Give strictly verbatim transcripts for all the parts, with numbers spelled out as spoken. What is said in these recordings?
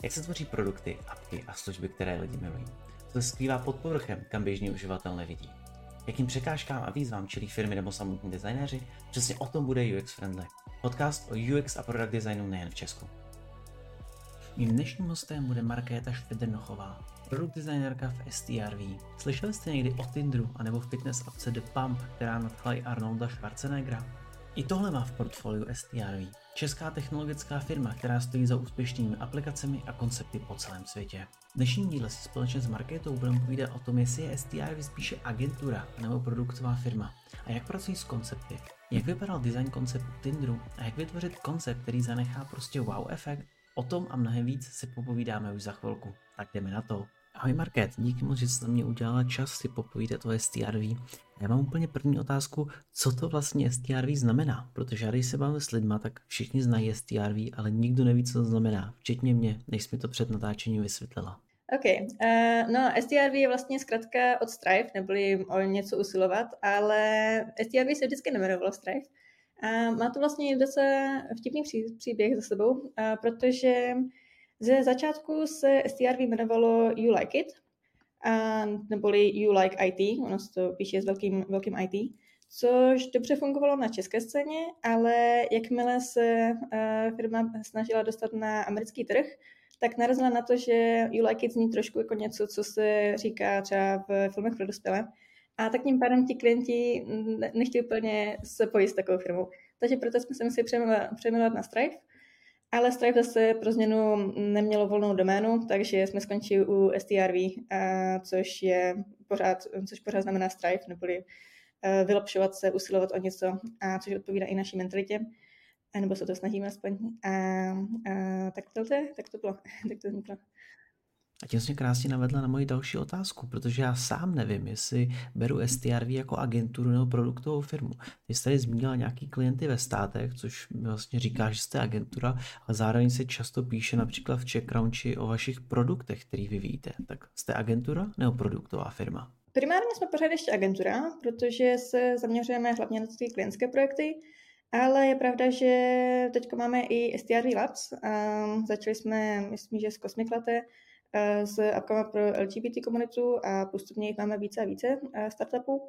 Jak se tvoří produkty, apky a služby, které lidi milují? Co se skrývá pod povrchem, kam běžný uživatel nevidí? Jakým překážkám a výzvám čelí firmy nebo samotní designéři? Přesně o tom bude U X Friendly. Podcast o U X a product designu nejen v Česku. Mým dnešním hostem bude Markéta Švedernochová, produkt designérka v S T R V. Slyšeli jste někdy o Tinderu anebo fitness apce The Pump, která nadchla i Arnolda Schwarzeneggera? I tohle má v portfoliu S T R V, česká technologická firma, která stojí za úspěšnými aplikacemi a koncepty po celém světě. V dnešním díle si společně s Markétou budeme povídat o tom, jestli je S T R V spíše agentura nebo produktová firma a jak pracují s koncepty, jak vypadal design koncept Tinderu a jak vytvořit koncept, který zanechá prostě wow efekt. O tom a mnohem víc si popovídáme už za chvilku. Tak jdeme na to. Ahoj Market, díky moc, že jsi na mě udělala čas si popovídat o S T R V. Já mám úplně první otázku, co to vlastně S T R V znamená, protože já když se bavím s lidma, tak všichni znají S T R V, ale nikdo neví, co to znamená, včetně mě, než jsi mi to před natáčením vysvětlila. OK, uh, no S T R V je vlastně zkrátka od Strive, neboli o něco usilovat, ale S T R V se vždycky nejmenovalo Strive. A má to vlastně docela vtipný pří, příběh za sebou, uh, protože ze začátku se S T R V jmenovalo You Like It, uh, neboli You Like I T, ono se to píše s velkým, velkým I T, což dobře fungovalo na české scéně, ale jakmile se uh, firma snažila dostat na americký trh, tak narazila na to, že You Like It zní trošku jako něco, co se říká třeba v filmech pro dospělé. A tak tím pádem ti klienti nechtějí úplně se pojít s takovou firmou. Takže proto jsme se museli přeměnovat na Strive. Ale Strive zase pro změnu nemělo volnou doménu, takže jsme skončili u S T R V, což je pořád, což pořád znamená Strive, neboli vylepšovat se, usilovat o něco, a což odpovídá i naší mentalitě. Nebo se to snažíme aspoň. A, a tak, to, tak to bylo, tak to vzniklo. A tím jsi mě krásně navedla na moji další otázku, protože já sám nevím, jestli beru S T R V jako agenturu nebo produktovou firmu. Ty jsi tady zmínila nějaký klienty ve státech, což mi vlastně říká, že jste agentura, ale zároveň se často píše například v CheckCrunchi o vašich produktech, který vyvíjíte. Tak jste agentura nebo produktová firma? Primárně jsme pořád ještě agentura, protože se zaměřujeme hlavně na ty klientské projekty, ale je pravda, že teď máme i S T R V Labs. Um, začali jsme, myslím, že z Cosmic Latte, s appkama pro L G B T komunitu a postupně jich máme více a více startupů.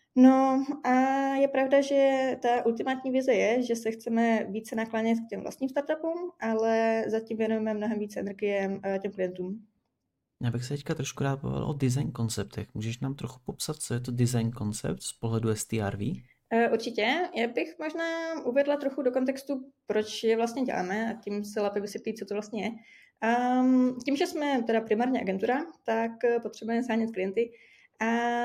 No a je pravda, že ta ultimátní vize je, že se chceme více naklánět k těm vlastním startupům, ale zatím věnujeme mnohem více energie těm klientům. Já bych se teďka trošku rád pověděl o design konceptech. Můžeš nám trochu popsat, co je to design koncept z pohledu S T R V? Určitě. Já bych možná uvedla trochu do kontextu, proč je vlastně děláme, a tím se lépe vysvětlí, co to vlastně je. Um, tím, že jsme teda primárně agentura, tak potřebujeme shánět klienty a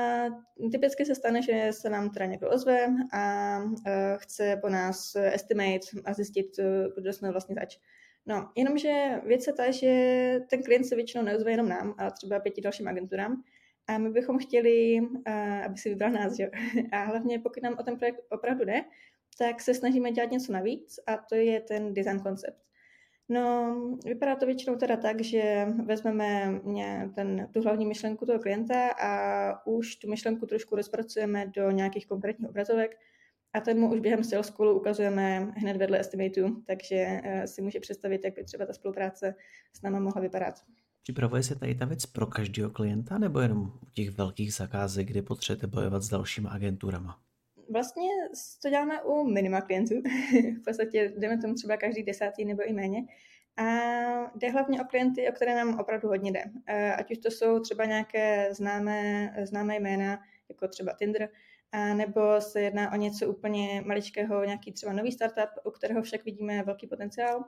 typicky se stane, že se nám teda někdo ozve a uh, chce po nás estimate a zjistit, kdo jsme vlastně zač. No, jenomže věc je ta, že ten klient se většinou neozve jenom nám, ale třeba pěti dalším agenturám. A my bychom chtěli, aby si vybral nás, že? A hlavně pokud nám o ten projekt opravdu jde, tak se snažíme dělat něco navíc a to je ten design koncept. No, vypadá to většinou teda tak, že vezmeme ten, tu hlavní myšlenku toho klienta a už tu myšlenku trošku rozpracujeme do nějakých konkrétních obrazovek a ten mu už během sales callu ukazujeme hned vedle estimateu, takže si může představit, jak by třeba ta spolupráce s náma mohla vypadat. Připravuje se tady ta věc pro každého klienta, nebo jenom u těch velkých zakázek, kde potřebujete bojovat s dalšíma agenturama? Vlastně to děláme u minima klientů. V podstatě jdeme tomu třeba každý desátý nebo i méně. A jde hlavně o klienty, o které nám opravdu hodně jde. Ať už to jsou třeba nějaké známé, známé jména, jako třeba Tinder, a nebo se jedná o něco úplně maličkého, nějaký třeba nový startup, u kterého však vidíme velký potenciál.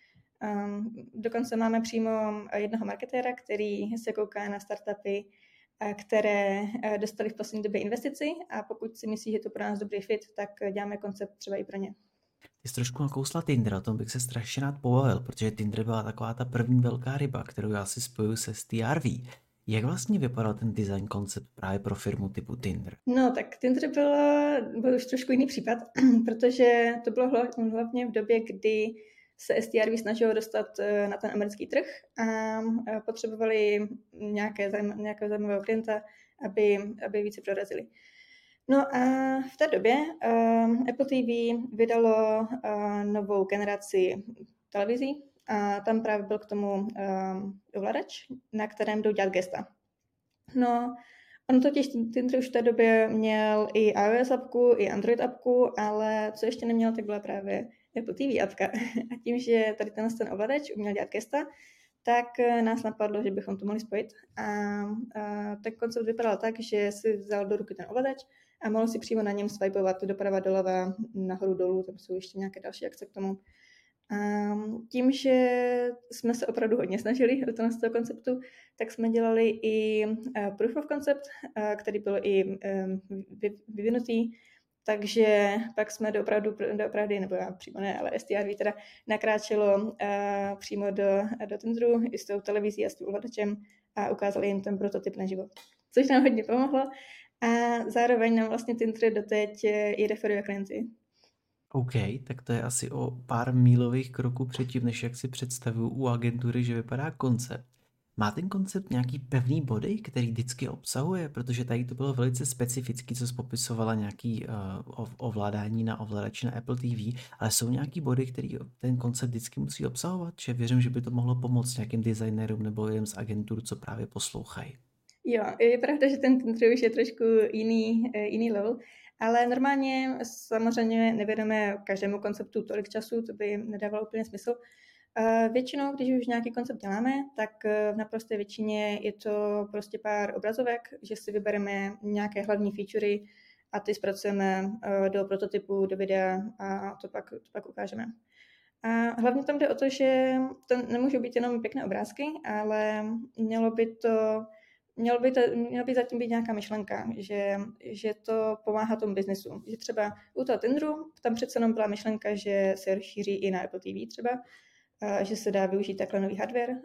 Um, dokonce máme přímo jednoho marketéra, který se kouká na startupy, které dostali v poslední době investici a pokud si myslí, že to pro nás dobrý fit, tak děláme koncept třeba i pro ně. Ty jsi trošku nakousla Tinder, o tom bych se strašně rád pobavil, protože Tinder byla taková ta první velká ryba, kterou já si spojuju se S T R V. Jak vlastně vypadal ten design koncept právě pro firmu typu Tinder? No tak Tinder byl, byl už trošku jiný případ, protože to bylo hlavně v době, kdy se S T R V snažilo dostat na ten americký trh a potřebovali nějaké zajm, nějakého zajímavého klienta, aby, aby více prorazili. No a v té době uh, Apple T V vydalo uh, novou generaci televizí a tam právě byl k tomu um, ovladač, na kterém jdou dělat gesta. No, on totiž Tinder už v té době měl i iOS apku, i Android apku, ale co ještě neměl, tak byla právě Apple T V apka. A tím, že tady ten, ten ovladač uměl dělat gesta, tak nás napadlo, že bychom to mohli spojit. A, a ten koncept vypadal tak, že si vzal do ruky ten ovladač a mohl si přímo na něm swipeovat doprava, doleva, nahoru, dolů, tam jsou ještě nějaké další akce k tomu. A tím, že jsme se opravdu hodně snažili do toho, z toho konceptu, tak jsme dělali i proof of concept, který byl i vyvinutý, takže pak jsme doopravdu, doopravdy, nebo já přímo ne, ale S T R V teda nakráčelo uh, přímo do, do Tinderu i s tou televizí a s tím ovladačem a ukázali jim ten prototyp naživo, což nám hodně pomohlo a zároveň nám vlastně Tinder doteď i referuje klienty. OK, tak to je asi o pár mílových kroků předtím, než jak si představuju u agentury, že vypadá koncept. Má ten koncept nějaký pevný body, který vždycky obsahuje? Protože tady to bylo velice specifický, co jsi popisovala nějaký uh, ovládání na ovladači na Apple T V, ale jsou nějaký body, který ten koncept vždycky musí obsahovat? Že věřím, že by to mohlo pomoct nějakým designérům nebo lidem z agentur, co právě poslouchají. Jo, je pravda, že ten Tinder už je trošku jiný, jiný level, ale normálně samozřejmě nevěnujeme každému konceptu tolik času, to by nedávalo úplně smysl. Většinou, když už nějaký koncept děláme, tak v naprosté většině je to prostě pár obrazovek, že si vybereme nějaké hlavní featurey a ty zpracujeme do prototypu, do videa a to pak, to pak ukážeme. A hlavně tam jde o to, že to nemůžou být jenom pěkné obrázky, ale mělo by to, mělo by, to, mělo by zatím být nějaká myšlenka, že, že to pomáhá tomu biznesu. Že třeba u toho Tinderu tam přece jenom byla myšlenka, že se rozšíří i na Apple T V třeba, že se dá využít takhle nový hardware.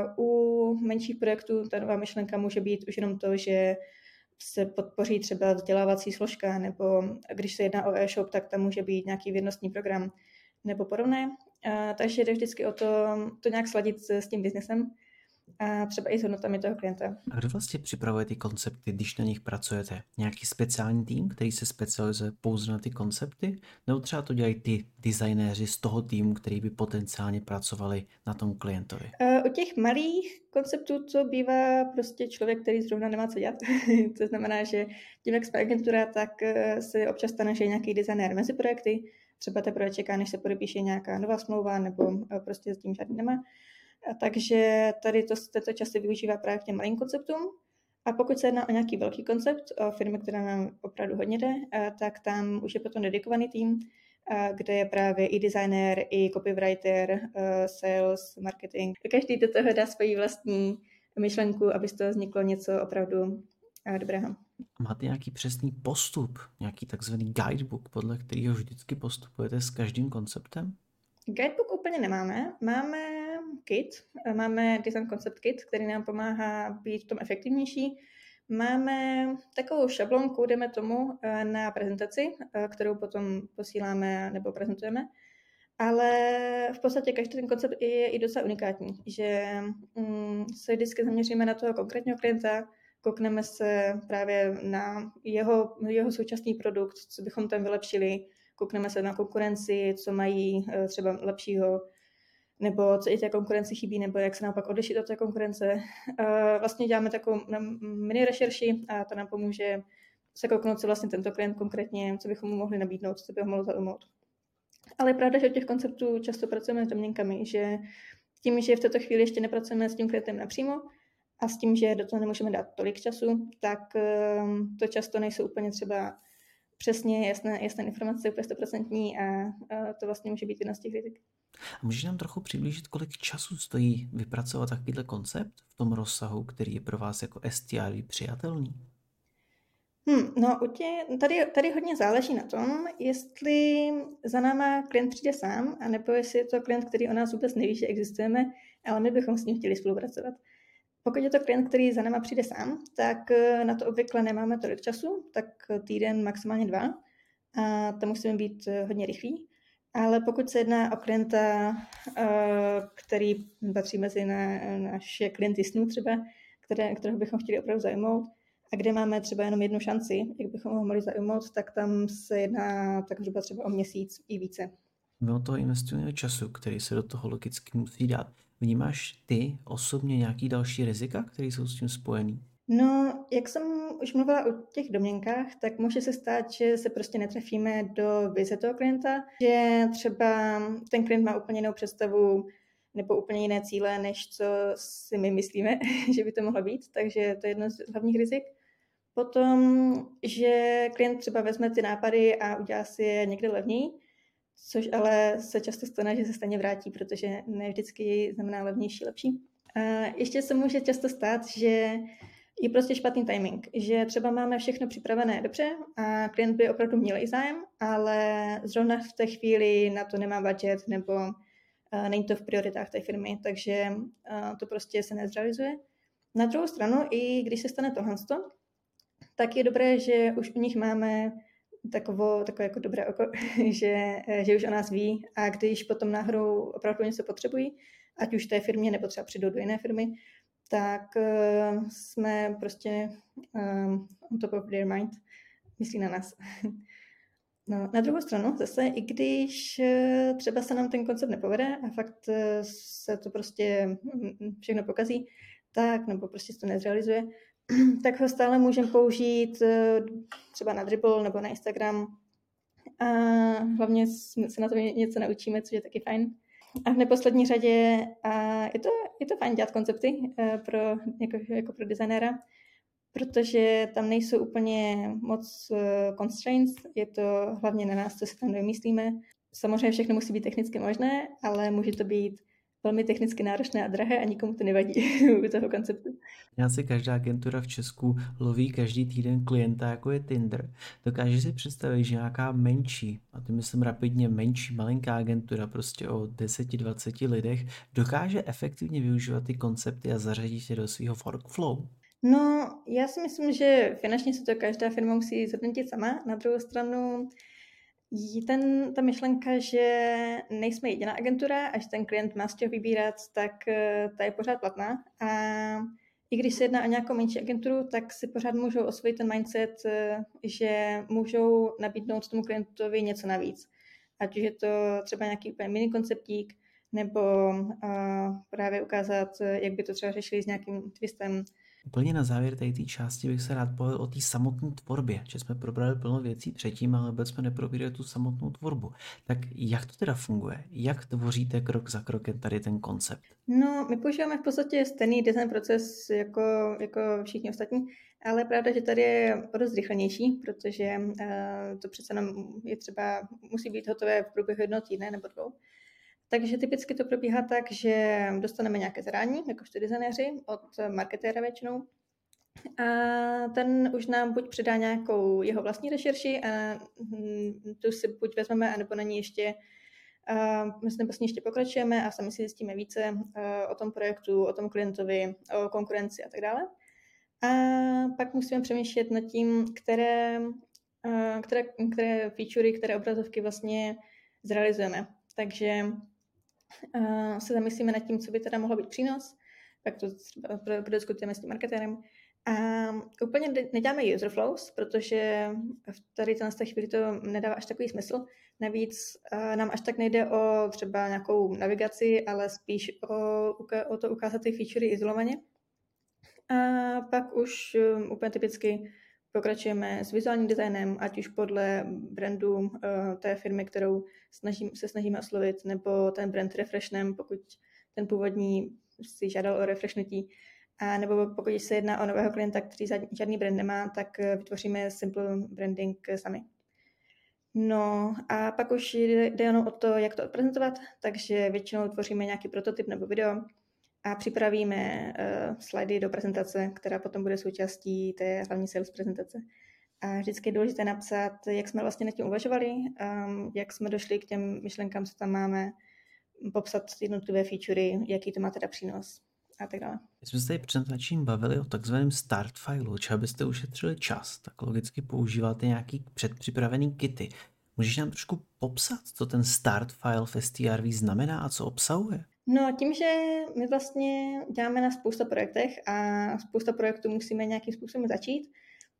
U menších projektů ta nová myšlenka může být už jenom to, že se podpoří třeba vzdělávací složka, nebo když se jedná o e-shop, tak tam může být nějaký věrnostní program nebo podobné. Takže jde vždycky o to, to nějak sladit s tím biznesem a třeba i s hodnotami toho klienta. A kdo vlastně připravuje ty koncepty, když na nich pracujete? Nějaký speciální tým, který se specializuje pouze na ty koncepty? Nebo třeba to dělají ty designéři z toho týmu, který by potenciálně pracovali na tom klientovi? U těch malých konceptů to bývá prostě člověk, který zrovna nemá co dělat. To znamená, že tím, jak jsme agentura, tak se občas stane, že je nějaký designér mezi projekty. Třeba teprve čeká, než se podepíše nějaká nová smlouva, nebo prostě s tím žádný nemá. Takže tady to, tento čas se využívá právě k těm malým konceptům. A pokud se jedná o nějaký velký koncept, o firmy, která nám opravdu hodně jde, tak tam už je potom dedikovaný tým, kde je právě i designer, i copywriter, sales, marketing. Každý do toho dá svoji vlastní myšlenku, aby z toho vzniklo něco opravdu dobrého. Máte nějaký přesný postup, nějaký takzvaný guidebook, podle kterého vždycky postupujete s každým konceptem? Guidebook úplně nemáme. Máme kit, máme design concept kit, který nám pomáhá být v tom efektivnější. Máme takovou šablonku, jdeme tomu, na prezentaci, kterou potom posíláme nebo prezentujeme. Ale v podstatě každý ten koncept je i docela unikátní, že se vždycky zaměříme na toho konkrétního klienta, koukneme se právě na jeho, jeho současný produkt, co bychom tam vylepšili, koukneme se na konkurenci, co mají třeba lepšího, nebo co i té konkurenci chybí, nebo jak se naopak odlišit od té konkurence. Vlastně děláme takovou mini rešerši a to nám pomůže se kouknout, co vlastně tento klient konkrétně, co bychom mu mohli nabídnout, co by ho mohlo zaujmout. Ale je pravda, že u těch konceptů často pracujeme s domněnkami, že tím, že v této chvíli ještě nepracujeme s tím klientem napřímo a s tím, že do toho nemůžeme dát tolik času, tak to často nejsou úplně třeba přesně jasné, jasné informace, úplně stoprocentní a, a to vlastně může být jedna z těch rizik. A můžeš nám trochu přiblížit, kolik času stojí vypracovat takovýhle koncept v tom rozsahu, který je pro vás jako S T R V přijatelný? Hmm, no, tady, tady hodně záleží na tom, jestli za náma klient přijde sám, anebo jestli je to klient, který o nás vůbec neví, že existujeme, ale my bychom s ním chtěli spolupracovat. Pokud je to klient, který za náma přijde sám, tak na to obvykle nemáme tolik času, tak týden, maximálně dva, a tam musíme být hodně rychlí. Ale pokud se jedná o klienta, který patří mezi na, naše klienty snů třeba, které, kterého bychom chtěli opravdu zajmout, a kde máme třeba jenom jednu šanci, jak bychom ho mohli zaujmout, tak tam se jedná tak zhruba třeba o měsíc i více. Mimo toho investujeme času, který se do toho logicky musí dát. Vnímáš ty osobně nějaký další rizika, které jsou s tím spojený? No, jak jsem už mluvila o těch domněnkách, tak může se stát, že se prostě netrefíme do vize toho klienta, že třeba ten klient má úplně jinou představu nebo úplně jiné cíle, než co si my myslíme, že by to mohlo být, takže to je jedno z hlavních rizik. Potom, že klient třeba vezme ty nápady a udělá si je někde levněji, což ale se často stane, že se stejně vrátí, protože ne vždycky znamená levnější, lepší. A ještě se může často stát, že je prostě špatný timing, že třeba máme všechno připravené dobře a klient by opravdu měl i zájem, ale zrovna v té chvíli na to nemá budget nebo uh, není to v prioritách té firmy, takže uh, to prostě se nezrealizuje. Na druhou stranu, i když se stane tohle, tak je dobré, že už u nich máme takovou, takové jako dobré oko, že, že už o nás ví a když potom náhodou opravdu něco potřebují, ať už té firmě nebo třeba přijdou do jiné firmy, tak uh, jsme prostě um, on top of their mind, myslí na nás. No, na druhou stranu zase, i když uh, třeba se nám ten koncept nepovede a fakt uh, se to prostě všechno pokazí, tak nebo prostě se to nezrealizuje, tak ho stále můžeme použít uh, třeba na Dribble nebo na Instagram a hlavně se na to něco naučíme, což je taky fajn. A v neposlední řadě a je, to, je to fajn dělat koncepty uh, pro, jako, jako pro designéra, protože tam nejsou úplně moc uh, constraints, je to hlavně na nás, co si tam vymyslíme. Samozřejmě všechno musí být technicky možné, ale může to být velmi technicky náročné a drahé a nikomu to nevadí u toho konceptu. Já si každá agentura v Česku loví každý týden klienta, jako je Tinder. Dokáže si představit, že nějaká menší, a to myslím rapidně menší, malinká agentura prostě o deset dvacet lidech, dokáže efektivně využívat ty koncepty a zařadit je do svého workflow? No, já si myslím, že finančně se to každá firma musí zhodnotit sama. Na druhou stranu ten, ta myšlenka, že nejsme jediná agentura a že ten klient má z čeho vybírat, tak ta je pořád platná. A i když se jedná o nějakou menší agenturu, tak si pořád můžou osvojit ten mindset, že můžou nabídnout tomu klientovi něco navíc. Ať už je to třeba nějaký úplně mini konceptík, nebo uh, právě ukázat, jak by to třeba řešili s nějakým twistem. Úplně na závěr té části bych se rád povedl o té samotné tvorbě, že jsme probrali plno věcí předtím, ale vůbec jsme neprobírali tu samotnou tvorbu. Tak jak to teda funguje? Jak tvoříte krok za krokem tady ten koncept? No, my používáme v podstatě stejný design proces jako, jako všichni ostatní, ale pravda, že tady je dost rychlejší, protože uh, to přece jenom je třeba, musí být hotové v průběhu jednoho týdne nebo dvou. Takže typicky to probíhá tak, že dostaneme nějaké zadání, jakožto designéři, od marketéra většinou. A ten už nám buď předá nějakou jeho vlastní rešerši a tu si buď vezmeme, anebo na ní ještě, nebo s ní ještě pokračujeme a sami si zjistíme více o tom projektu, o tom klientovi, o konkurenci a tak dále. A pak musíme přemýšlet nad tím, které, které, které featurey, které obrazovky vlastně zrealizujeme. Takže Uh, se zamyslíme nad tím, co by teda mohlo být přínos, pak to třeba prodiskutujeme s tím marketérem. A úplně neděláme user flows, protože v tady na té chvíli to nedává až takový smysl. Navíc uh, nám až tak nejde o třeba nějakou navigaci, ale spíš o, o to ukázat ty featurey izolovaně. A pak už um, úplně typicky pokračujeme s vizuálním designem, ať už podle brandu uh, té firmy, kterou snažím, se snažíme oslovit, nebo ten brand refreshnem, pokud ten původní si žádal o refreshnutí, a nebo pokud se jedná o nového klienta, který žádný brand nemá, tak vytvoříme simple branding sami. No a pak už jde jenom o to, jak to odprezentovat, takže většinou tvoříme nějaký prototyp nebo video a připravíme uh, slidy do prezentace, která potom bude součástí té hlavní sales prezentace. A vždycky je důležité napsat, jak jsme vlastně nad tím uvažovali, um, jak jsme došli k těm myšlenkám, co tam máme, popsat jednotlivé featurey, jaký to má teda přínos a tak dále. My jsme se tady před začím bavili o takzvaném start fileu, či abyste ušetřili čas, tak logicky používáte nějaký předpřipravený kity. Můžeš nám trošku popsat, co ten start file v S T R V znamená a co obsahuje? No, tím, že my vlastně děláme na spousta projektech a spousta projektů musíme nějakým způsobem začít,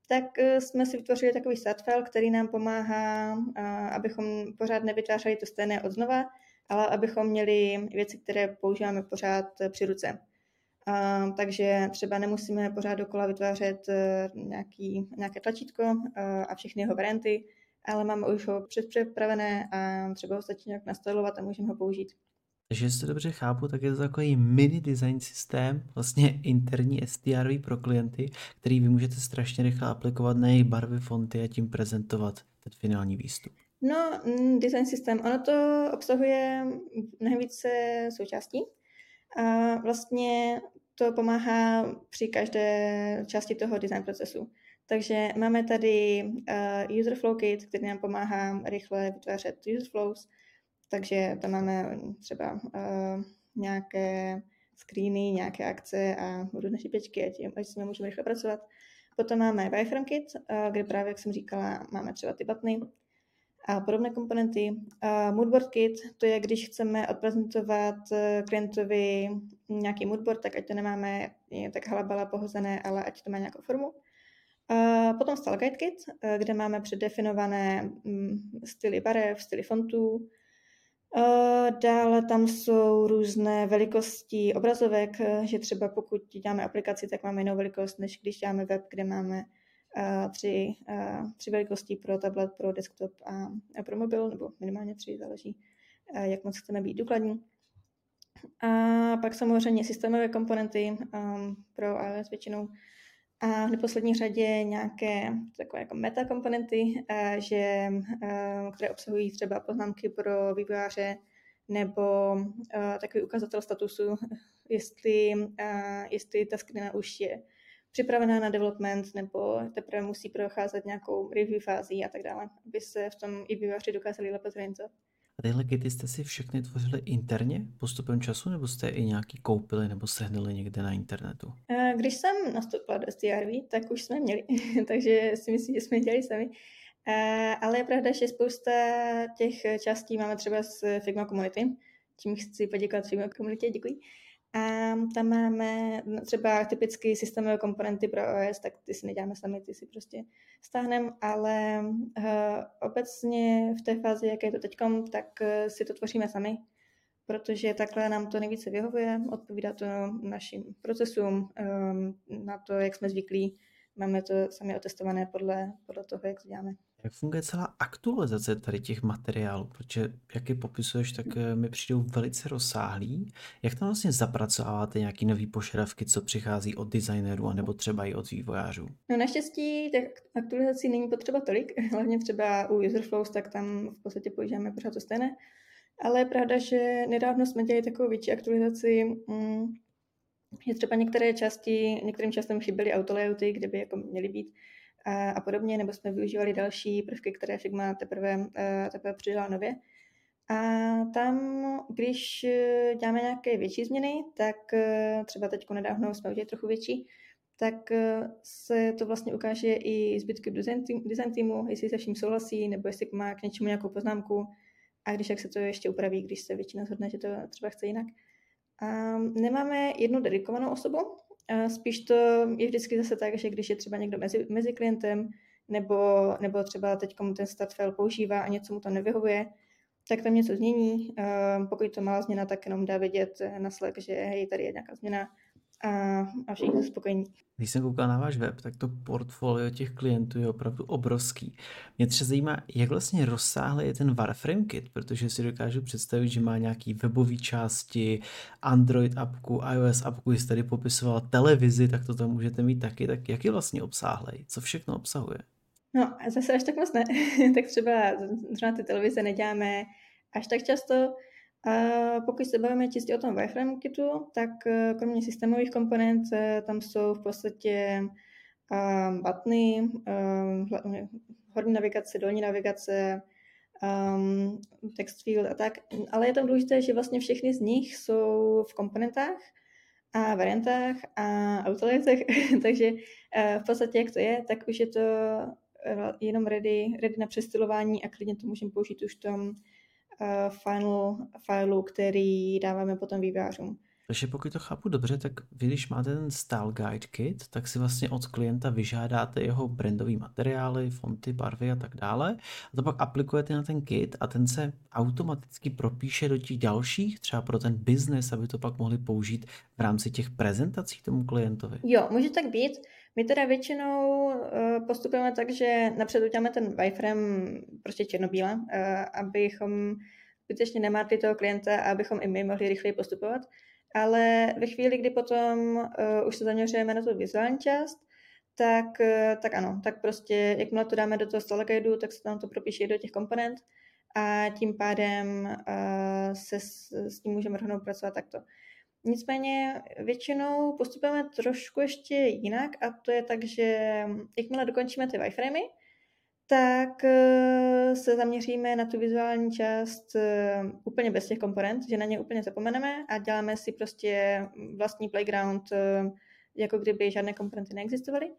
tak jsme si vytvořili takový start file, který nám pomáhá, abychom pořád nevytvářeli to stejné od znova, ale abychom měli věci, které používáme pořád při ruce. Uh, takže třeba nemusíme pořád dokola vytvářet uh, nějaký, nějaké tlačítko uh, a všechny jeho varianty, ale máme už ho předpřipravené a třeba ho stačí nějak nastylovat a můžeme ho použít. Takže jestli to dobře chápu, tak je to takový mini design systém, vlastně interní S T R V pro klienty, který vy můžete strašně rychle aplikovat na jejich barvy, fonty a tím prezentovat ten finální výstup. No, design systém, ono to obsahuje mnohem více součástí. A vlastně to pomáhá při každé části toho design procesu. Takže máme tady uh, user flow kit, který nám pomáhá rychle vytvářet user flows. Takže tam máme třeba uh, nějaké screeny, nějaké akce a různé šipečky, a tím, ať s nimi můžeme rychle pracovat. Potom máme wireframe kit, uh, kde právě, jak jsem říkala, máme třeba ty buttony a podobné komponenty. Uh, moodboard kit, to je, když chceme odprezentovat klientovi nějaký moodboard, tak ať to nemáme tak halabala pohozené, ale ať to má nějakou formu. Uh, potom style guide kit, uh, kde máme předdefinované um, styly barev, styly fontů. Uh, dále tam jsou různé velikosti obrazovek, že třeba pokud děláme aplikaci, tak máme jinou velikost, než když děláme web, kde máme Uh, tři, uh, tři velikosti pro tablet, pro desktop a, a pro mobil, nebo minimálně tři, záleží, uh, jak moc chceme být důkladní. A pak samozřejmě systémové komponenty um, pro iOS většinou. A v neposlední řadě nějaké takové jako meta komponenty, uh, že, uh, které obsahují třeba poznámky pro vývojáře nebo uh, takový ukazatel statusu, jestli, uh, jestli ta skrina už je připravená na development nebo teprve musí procházet nějakou review fází a tak dále, aby se v tom i vývojáři dokázali lépe zorientovat. A tyhle kity jste si všechny tvořili interně postupem času, nebo jste i nějaký koupili nebo sehnali někde na internetu? Když jsem nastoupila do S T R V, tak už jsme měli, takže si myslím, že jsme je dělali sami. Ale je pravda, že spousta těch částí máme třeba z Figma Community, čím chci poděkovat Figma Community, děkuji. A tam máme třeba typicky systémové komponenty pro iOS, tak ty si neděláme sami, ty si prostě stáhneme, ale uh, obecně v té fázi, jak je to teďkom, tak uh, si to tvoříme sami, protože takhle nám to nejvíce vyhovuje, odpovídá to našim procesům, um, na to, jak jsme zvyklí, máme to sami otestované podle, podle toho, jak to děláme. Jak funguje celá aktualizace tady těch materiálů? Protože jak je popisuješ, tak mi přijdou velice rozsáhlý. Jak tam vlastně zapracováváte nějaký nový požadavky, co přichází od designérů anebo třeba i od vývojářů? No naštěstí těch aktualizací není potřeba tolik, hlavně třeba u user flows, tak tam v podstatě používáme pořád to stejné. Ale je pravda, že nedávno jsme dělali takovou větší aktualizaci, že třeba některé části, některým částem chyběly autolayouty, kde by jako měly být, a, a podobně, nebo jsme využívali další prvky, které Figma teprve, teprve přidala nově. A tam, když děláme nějaké větší změny, tak třeba teď nedávno jsme udělali trochu větší, tak se to vlastně ukáže i zbytku design týmu, jestli se vším souhlasí, nebo jestli má k něčemu nějakou poznámku, a když jak se to ještě upraví, když se většina shodne, že to třeba chce jinak. A nemáme jednu dedikovanou osobu, a spíš to je vždycky zase tak, že když je třeba někdo mezi, mezi klientem, nebo, nebo třeba teď komu ten start file používá a něco mu to nevyhovuje, tak tam něco změní. A pokud to malá změna, tak jenom dá vědět na Slack, že hej, tady je nějaká změna a, a všichni jsou spokojení. Když jsem koukal na váš web, tak to portfolio těch klientů je opravdu obrovský. Mě třeba zajímá, jak vlastně rozsáhlý je ten Wireframe kit, protože si dokážu představit, že má nějaký webové části, Android appku, iOS appku, jestli tady popisovala televizi, tak to tam můžete mít taky. Tak jak je vlastně obsáhlej? Co všechno obsahuje? No, zase až tak moc ne. Tak třeba třeba ty televize neděláme až tak často. A pokud se bavíme čistě o tom wireframe kitu, tak kromě systémových komponent tam jsou v podstatě um, buttony, um, horní navigace, dolní navigace, um, text field a tak. Ale je tam důležité, že vlastně všechny z nich jsou v komponentách a variantách a autolayoutsech, takže uh, v podstatě jak to je, tak už je to jenom ready, ready na přestylování a klidně to můžeme použít už v tom Uh, final fileu, který dáváme potom vývojářům. Takže pokud to chápu dobře, tak vy, když máte ten Style Guide Kit, tak si vlastně od klienta vyžádáte jeho brandový materiály, fonty, barvy a tak dále. A to pak aplikujete na ten kit a ten se automaticky propíše do těch dalších, třeba pro ten business, aby to pak mohli použít v rámci těch prezentací tomu klientovi. Jo, může tak být. My teda většinou uh, postupujeme tak, že napřed uděláme ten wireframe prostě černobíle, uh, abychom zbytečně nemátli toho klienta a abychom i my mohli rychleji postupovat. Ale ve chvíli, kdy potom uh, už se zaměřujeme na tu vizuální část, tak, uh, tak ano, tak prostě jakmile to dáme do toho style guideu, tak se tam to propíše do těch komponent a tím pádem uh, se s, s tím můžeme rovnou pracovat takto. Nicméně většinou postupujeme trošku ještě jinak a to je tak, že jakmile dokončíme ty wireframey, tak se zaměříme na tu vizuální část úplně bez těch komponent, že na ně úplně zapomeneme a děláme si prostě vlastní playground, jako kdyby žádné komponenty neexistovaly.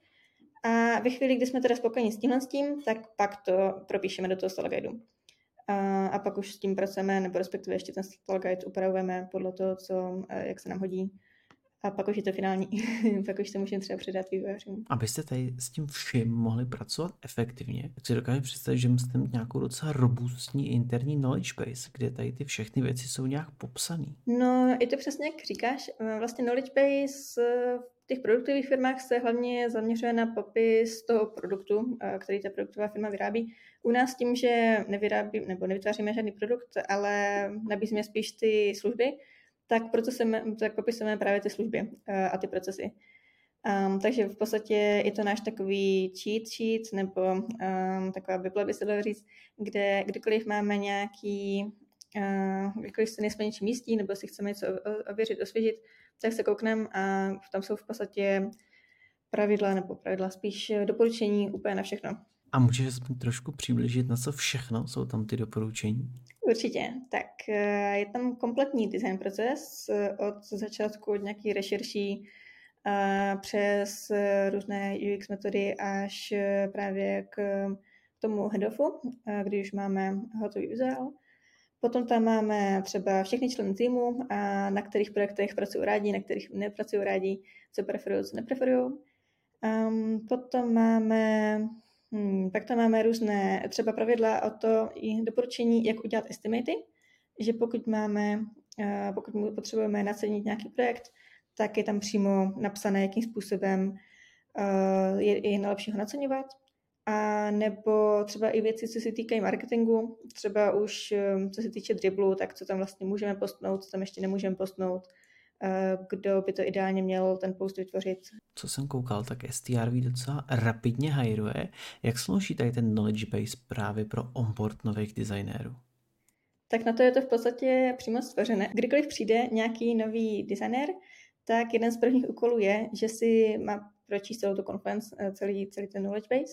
A ve chvíli, kdy jsme teda spokojeni s tímhle s tím, tak pak to propíšeme do toho style guideu. A, a pak už s tím pracujeme, nebo respektive ještě ten style guide upravujeme podle toho, co, jak se nám hodí. A pak už je to finální. Pak už se můžeme třeba předat vývojářům. Abyste tady s tím vším mohli pracovat efektivně, tak si dokážu představit, že musíte mít nějakou docela robustní interní knowledge base, kde tady ty všechny věci jsou nějak popsané. No, je to přesně jak říkáš. Vlastně knowledge base v těch produktových firmách se hlavně zaměřuje na popis toho produktu, který ta produktová firma vyrábí. U nás tím, že nevyrábí, nebo nevytváříme žádný produkt, ale nabízíme spíš ty služby, tak proto se, tak popisujeme právě ty služby a ty procesy. Um, takže v podstatě je to náš takový cheat sheet, nebo um, taková bible, by se dalo říct, kde kdykoliv máme nějaký, uh, kdykoliv se nejsme něčím jistí, nebo si chceme něco ověřit, osvěžit, tak se koukneme a tam jsou v podstatě pravidla, nebo pravidla spíš doporučení úplně na všechno. A můžeš trošku přiblížit, na co všechno jsou tam ty doporučení? Určitě. Tak je tam kompletní design proces od začátku, od nějakých rešerší přes různé U X metody až právě k tomu head-offu, kdy už máme hotový vizuál. Potom tam máme třeba všechny členy týmu, a na kterých projektech pracují rádi, na kterých nepracují rádi, co preferují, co nepreferují. Um, potom máme, hmm, pak tam máme různé třeba pravidla o to i doporučení, jak udělat estimaty, že pokud máme, uh, pokud potřebujeme nacenit nějaký projekt, tak je tam přímo napsané, jakým způsobem uh, je, je nejlepší ho naceňovat. A nebo třeba i věci, co se týkají marketingu, třeba už co se týče driblu, tak co tam vlastně můžeme postnout, co tam ještě nemůžeme postnout, kdo by to ideálně měl ten post vytvořit. Co jsem koukal, tak S T R V docela rapidně hajruje. Jak slouží tady ten knowledge base právě pro onboard nových designérů? Tak na to je to v podstatě přímo stvořené. Kdykoliv přijde nějaký nový designér, tak jeden z prvních úkolů je, že si má pročíst celou tu conference, celý, celý ten knowledge base.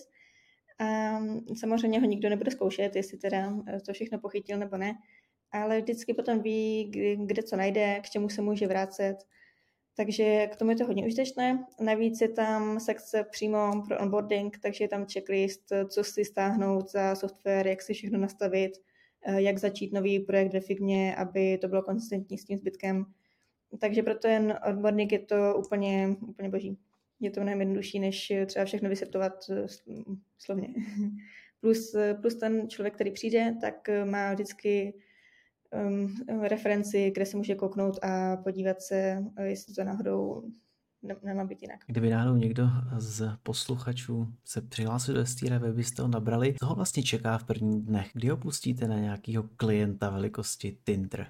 A samozřejmě ho nikdo nebude zkoušet, jestli teda to všechno pochytil nebo ne, ale vždycky potom ví, kde co najde, k čemu se může vrátit. Takže k tomu je to hodně užitečné. Navíc je tam sekce přímo pro onboarding, takže je tam checklist, co si stáhnout za software, jak si všechno nastavit, jak začít nový projekt ve firmě, aby to bylo konzistentní s tím zbytkem. Takže pro ten onboarding je to úplně, úplně boží. Je to mnohem jednodušší, než třeba všechno vysvětlovat slovně. Plus, plus ten člověk, který přijde, tak má vždycky um, referenci, kde se může kouknout a podívat se, jestli to náhodou nemá být jinak. Kdyby náhodou někdo z posluchačů se přihlásil do S T R V, byste ho nabrali, co ho vlastně čeká v prvních dnech? Kdy ho pustíte na nějakého klienta velikosti Tinder?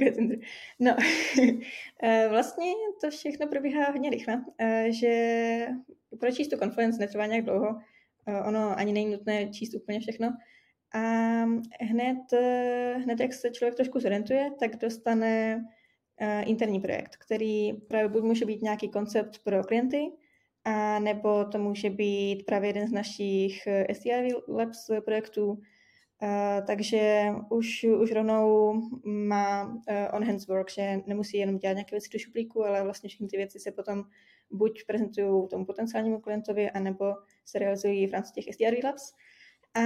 No, vlastně to všechno probíhá hodně rychle, že pročíst tu konferenci netrvá nějak dlouho, ono ani není nutné číst úplně všechno. A hned, hned jak se člověk trošku zorientuje, tak dostane interní projekt, který právě buď může být nějaký koncept pro klienty, a nebo to může být právě jeden z našich S T R V Labs projektů. Uh, takže už, už rovnou má uh, on-hands work, že nemusí jenom dělat nějaké věci do šuplíku, ale vlastně všechny ty věci se potom buď prezentují tomu potenciálnímu klientovi, anebo se realizují v rámci těch S T R V Labs. A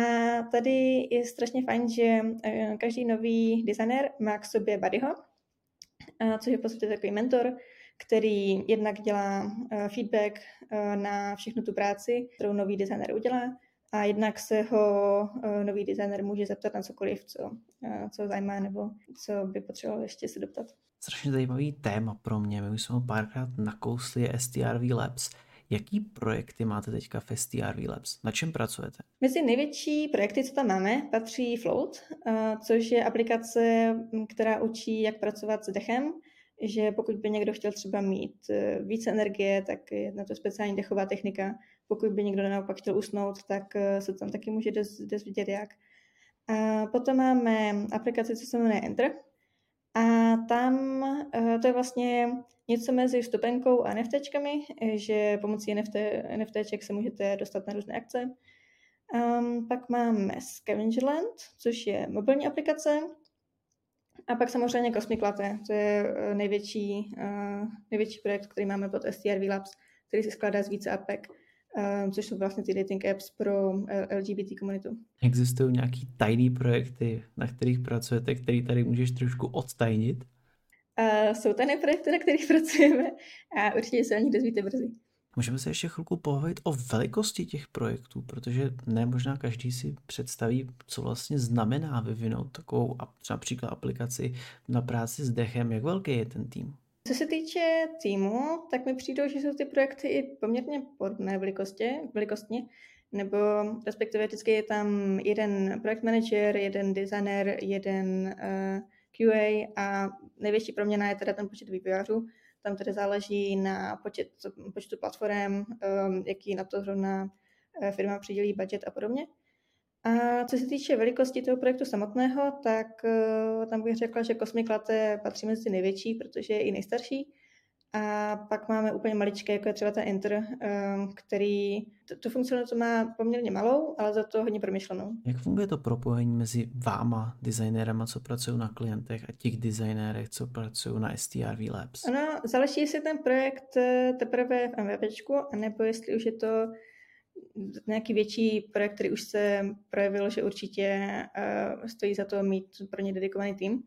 tady je strašně fajn, že uh, každý nový designer má k sobě buddyho, což je v podstatě takový mentor, který jednak dělá feedback na všechnu tu práci, kterou nový designer udělá, a jednak se ho nový designer může zeptat na cokoliv, co, co zajímá nebo co by potřeboval ještě se doptat. Strašně zajímavý téma pro mě. My už jsme ho párkrát nakousli, je S T R V Labs. Jaký projekty máte teďka v S T R V Labs? Na čem pracujete? Mezi největší projekty, co tam máme, patří Float, což je aplikace, která učí, jak pracovat s dechem, že pokud by někdo chtěl třeba mít více energie, tak je na to speciální dechová technika. Pokud by někdo naopak chtěl usnout, tak se tam taky může dozvědět jak. A potom máme aplikaci, co se jmenuje Enter. A tam to je vlastně něco mezi vstupenkou a NFTčkami, že pomocí NFT, NFTček se můžete dostat na různé akce. Um, pak máme Scavengerland, což je mobilní aplikace. A pak samozřejmě Cosmic Latte, to je největší, uh, největší projekt, který máme pod S T R V Labs, který se skládá z více apek, uh, což jsou vlastně ty dating apps pro L G B T komunitu. Existují nějaký tajný projekty, na kterých pracujete, který tady můžeš trošku odtajnit? Uh, jsou tajné projekty, na kterých pracujeme a určitě se o nich dozvíte brzy. Můžeme se ještě chvilku pohovit o velikosti těch projektů, protože ne možná každý si představí, co vlastně znamená vyvinout takovou například aplikaci na práci s dechem. Jak velký je ten tým? Co se týče týmu, tak mi přijdou, že jsou ty projekty i poměrně podobné velikosti, velikostně, nebo respektive vždycky je tam jeden projekt manager, jeden designer, jeden uh, Q A a největší proměna je teda ten počet vývojářů. Tam tedy záleží na počet, počtu platform, um, jaký na to zrovna firma přidělí budget a podobně. A co se týče velikosti toho projektu samotného, tak uh, tam bych řekla, že Cosmic Latte patří mezi největší, protože je i nejstarší. A pak máme úplně maličké, jako je třeba ten Enter, um, který tu, tu funkcionalitu má poměrně malou, ale za to hodně promyšlenou. Jak funguje to propojení mezi váma, designérama, co pracují na klientech, a těch designérech, co pracují na S T R V Labs? Ano, záleží, jestli ten projekt teprve v MVPčku, anebo jestli už je to nějaký větší projekt, který už se projevil, že určitě uh, stojí za to mít pro ně dedikovaný tým.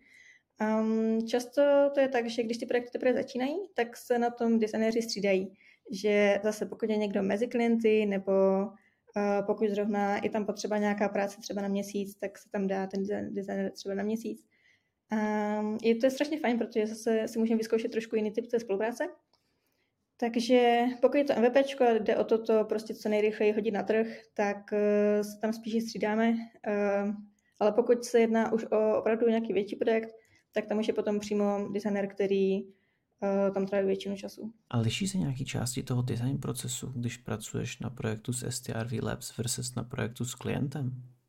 Um, často to je tak, že když ty projekty teprve začínají, tak se na tom designéři střídají. Že zase pokud je někdo mezi klienty, nebo uh, pokud zrovna je tam potřeba nějaká práce třeba na měsíc, tak se tam dá ten designér třeba na měsíc. Um, je to strašně fajn, protože zase si můžeme vyzkoušet trošku jiný typ té spolupráce. Takže pokud je to MVPčko a jde o toto prostě co nejrychleji hodit na trh, tak uh, se tam spíš střídáme. Uh, ale pokud se jedná už o opravdu nějaký větší projekt, tak tam už je potom přímo designer, který uh, tam tráví většinu času. A liší se nějaký části toho design procesu, když pracuješ na projektu s S T R V Labs versus na projektu s klientem?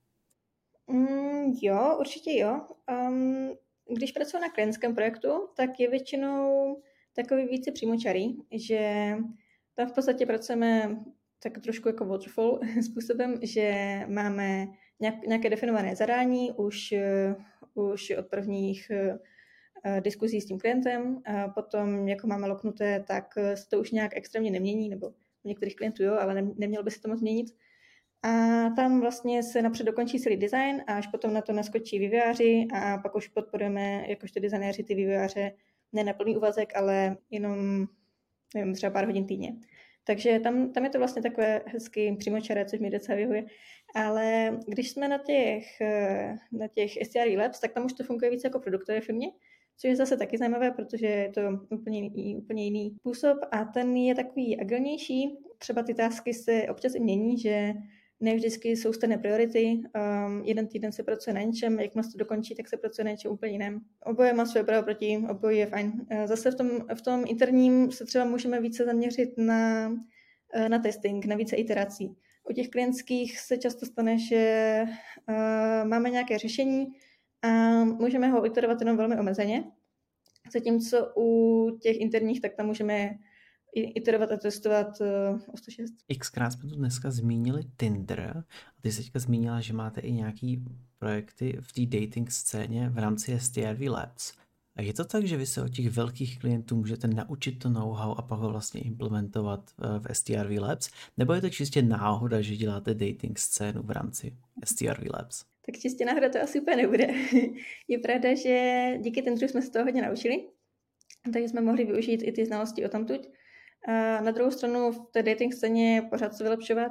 Mm, jo, určitě jo. Um, když pracuji na klientském projektu, tak je většinou takový více přímočarý, že tam v podstatě pracujeme tak trošku jako waterfall způsobem, že máme nějaké definované zadání už, už od prvních diskuzí s tím klientem. A potom, jako máme loknuté, tak se to už nějak extrémně nemění, nebo u některých klientů jo, ale nemělo by se to moc měnit. A tam vlastně se napřed dokončí celý design a až potom na to naskočí vývojáři a pak už podporujeme jakožto designéři ty vývojáře ne na plný úvazek, ale jenom nevím, třeba pár hodin týdně. Takže tam, tam je to vlastně takové hezky přímočaré, což mi docela vyhovuje. Ale když jsme na těch, na těch S T R V Labs, tak tam už to funguje více jako produktové firmě, což je zase taky zajímavé, protože je to úplně jiný, úplně jiný způsob a ten je takový agilnější. Třeba ty tasky se občas i mění, že ne vždycky jsou stejné priority. Um, jeden týden se pracuje na něčem, jak se to dokončí, tak se pracuje na něčem úplně jiném. Oboje má své pro a proti, oboje je fajn. Uh, zase v tom, v tom interním se třeba můžeme více zaměřit na, uh, na testing, na více iterací. U těch klientských se často stane, že uh, máme nějaké řešení a můžeme ho iterovat jenom velmi omezeně. Zatímco u těch interních, tak tam můžeme iterovat a testovat uh, o sto šest. Xkrát jsme tu dneska zmínili Tinder a ty jsi teďka zmínila, že máte i nějaký projekty v té dating scéně v rámci S T R V Labs. A je to tak, že vy se od těch velkých klientů můžete naučit to know-how a pak ho vlastně implementovat v S T R V Labs? Nebo je to čistě náhoda, že děláte dating scénu v rámci S T R V Labs? Tak čistě náhoda to asi úplně nebude. Je pravda, že díky Tinderu jsme se toho hodně naučili. takže jsme mohli využít i ty znalosti o tamtuť. A na druhou stranu v té dating scéně pořád se vylepšovat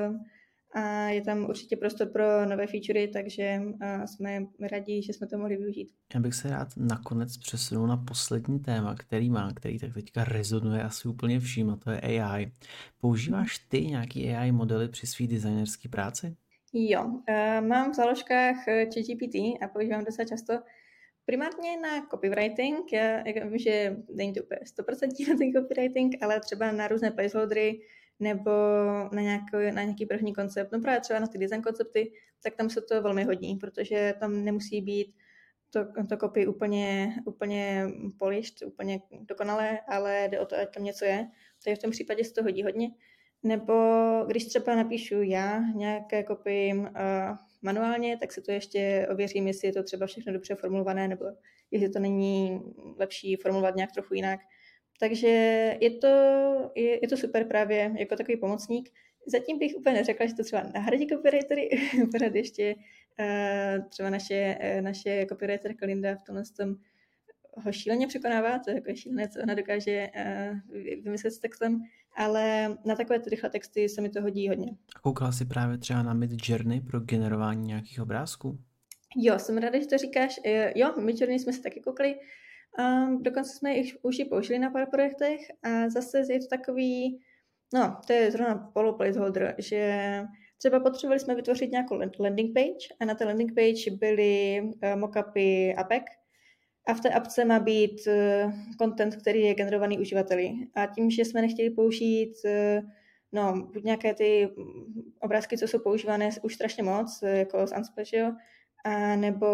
a je tam určitě prostor pro nové featurey, takže jsme rádi, že jsme to mohli využít. Já bych se rád nakonec přesunul na poslední téma, který má, který tak teďka rezonuje asi úplně vším, a to je A I. Používáš ty nějaký A I modely při své designerské práci? Jo, mám v záložkách ChatGPT a používám docela často. Primárně na copywriting, já, já vím, že není to úplně sto procent na ten copywriting, ale třeba na různé placeholdery nebo na nějaký, na nějaký první koncept, no právě třeba na ty design koncepty, tak tam se to velmi hodí, protože tam nemusí být to, to copy úplně, úplně polished, úplně dokonalé, ale jde o to, ať tam něco je, takže v tom případě se to hodí hodně. Nebo když třeba napíšu já nějaké copy uh, manuálně, tak si to ještě ověřím, jestli je to třeba všechno dobře formulované, nebo jestli to není lepší formulovat nějak trochu jinak. Takže je to, je, je to super právě jako takový pomocník. Zatím bych úplně neřekla, že to třeba nahradí copywritery, pořád ještě uh, třeba naše, naše copywriterka Linda v tomhle tom ho šíleně překonává, to je jako šílené, co ona dokáže uh, vymyslet s textem, ale na takové ty rychlé texty se mi to hodí hodně. A koukala jsi právě třeba na Midjourney pro generování nějakých obrázků? Jo, jsem ráda, že to říkáš. Jo, Midjourney jsme se taky koukli. Um, dokonce jsme jich už ji použili na pár projektech a zase je to takový, no, to je zrovna polo placeholder, že třeba potřebovali jsme vytvořit nějakou landing page a na té landing page byly uh, mockupy apek a v té apce má být uh, content, který je generovaný uživateli. A tím, že jsme nechtěli použít uh, no, buď nějaké ty obrázky, co jsou používané už strašně moc, jako z Unsplash, a nebo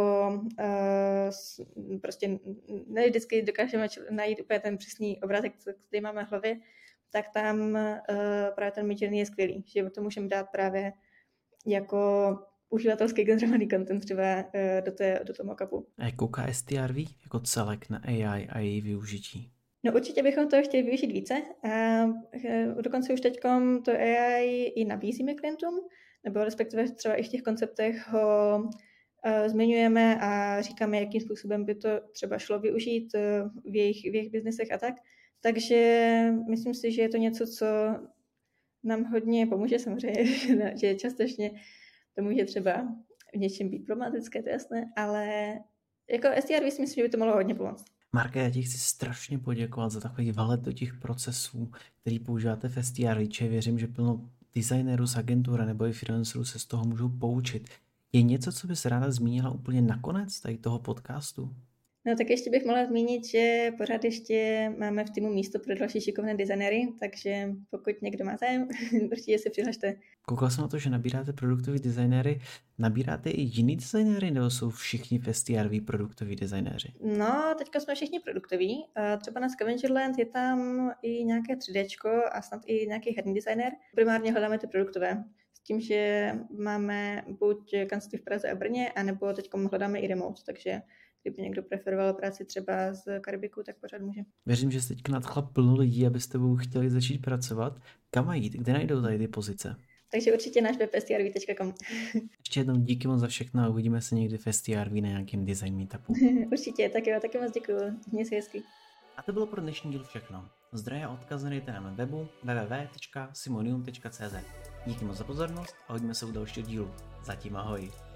uh, prostě ne vždycky dokážeme najít úplně ten přesný obrázek, který máme v hlavě, tak tam uh, právě ten Midjourney je skvělý, že to můžeme dát právě jako uživatelský generovaný content třeba uh, do, té, do toho mockupu. A jak kouká S T R V jako celek na A I a její využití? No určitě bychom to chtěli využít více. A dokonce už teďkom to A I i nabízíme klientům, nebo respektive třeba i v těch konceptech ho uh, zmiňujeme a říkáme, jakým způsobem by to třeba šlo využít uh, v jejich, v jejich biznesech a tak. Takže myslím si, že je to něco, co nám hodně pomůže samozřejmě, že částečně to může třeba v něčem být problematické, to je jasné, ale jako S T R V si myslím, že by to mohlo hodně pomoct. Marka, já ti chci strašně poděkovat za takový vhled do těch procesů, který používáte v S T R V. Věřím, že plno designérů z agentury nebo i freelancerů se z toho můžou poučit. Je něco, co bys ráda zmínila úplně nakonec tady toho podcastu? No tak ještě bych mohla zmínit, že pořád ještě máme v týmu místo pro další šikovné designéry, takže pokud někdo má zájem, určitě se přihlašte. Koukal jsem na to, že nabíráte produktoví designéry. Nabíráte i jiný designéry, nebo jsou všichni v S T R V produktoví designéři? No, teďka jsme všichni produktoví. Třeba na Scavengerland je tam i nějaké tři déčko a snad i nějaký herní designér. Primárně hledáme ty produktové. S tím, že máme buď kancelář v Praze a Brně, anebo teď hledáme i remote, takže kdyby někdo preferoval práci třeba z Karibiku, tak pořád může. Věřím, že jste teďka nadchla plno lidí, aby s tebou chtěli začít pracovat. Kam mají jít? Kde najdou tady ty pozice? Takže určitě náš web s t r v tečka com. Ještě jednou díky moc za všechno a uvidíme se někdy v S T R V na nějakém design meetupu. Určitě, tak jo, taky moc děkuju. Měj se hezky. A to bylo pro dnešní díl všechno. Zdroje a odkaz najdete na mém webu w w w tečka simonium tečka c z. Díky moc za pozornost a hodíme se u dalšího dílu. Zatím ahoj.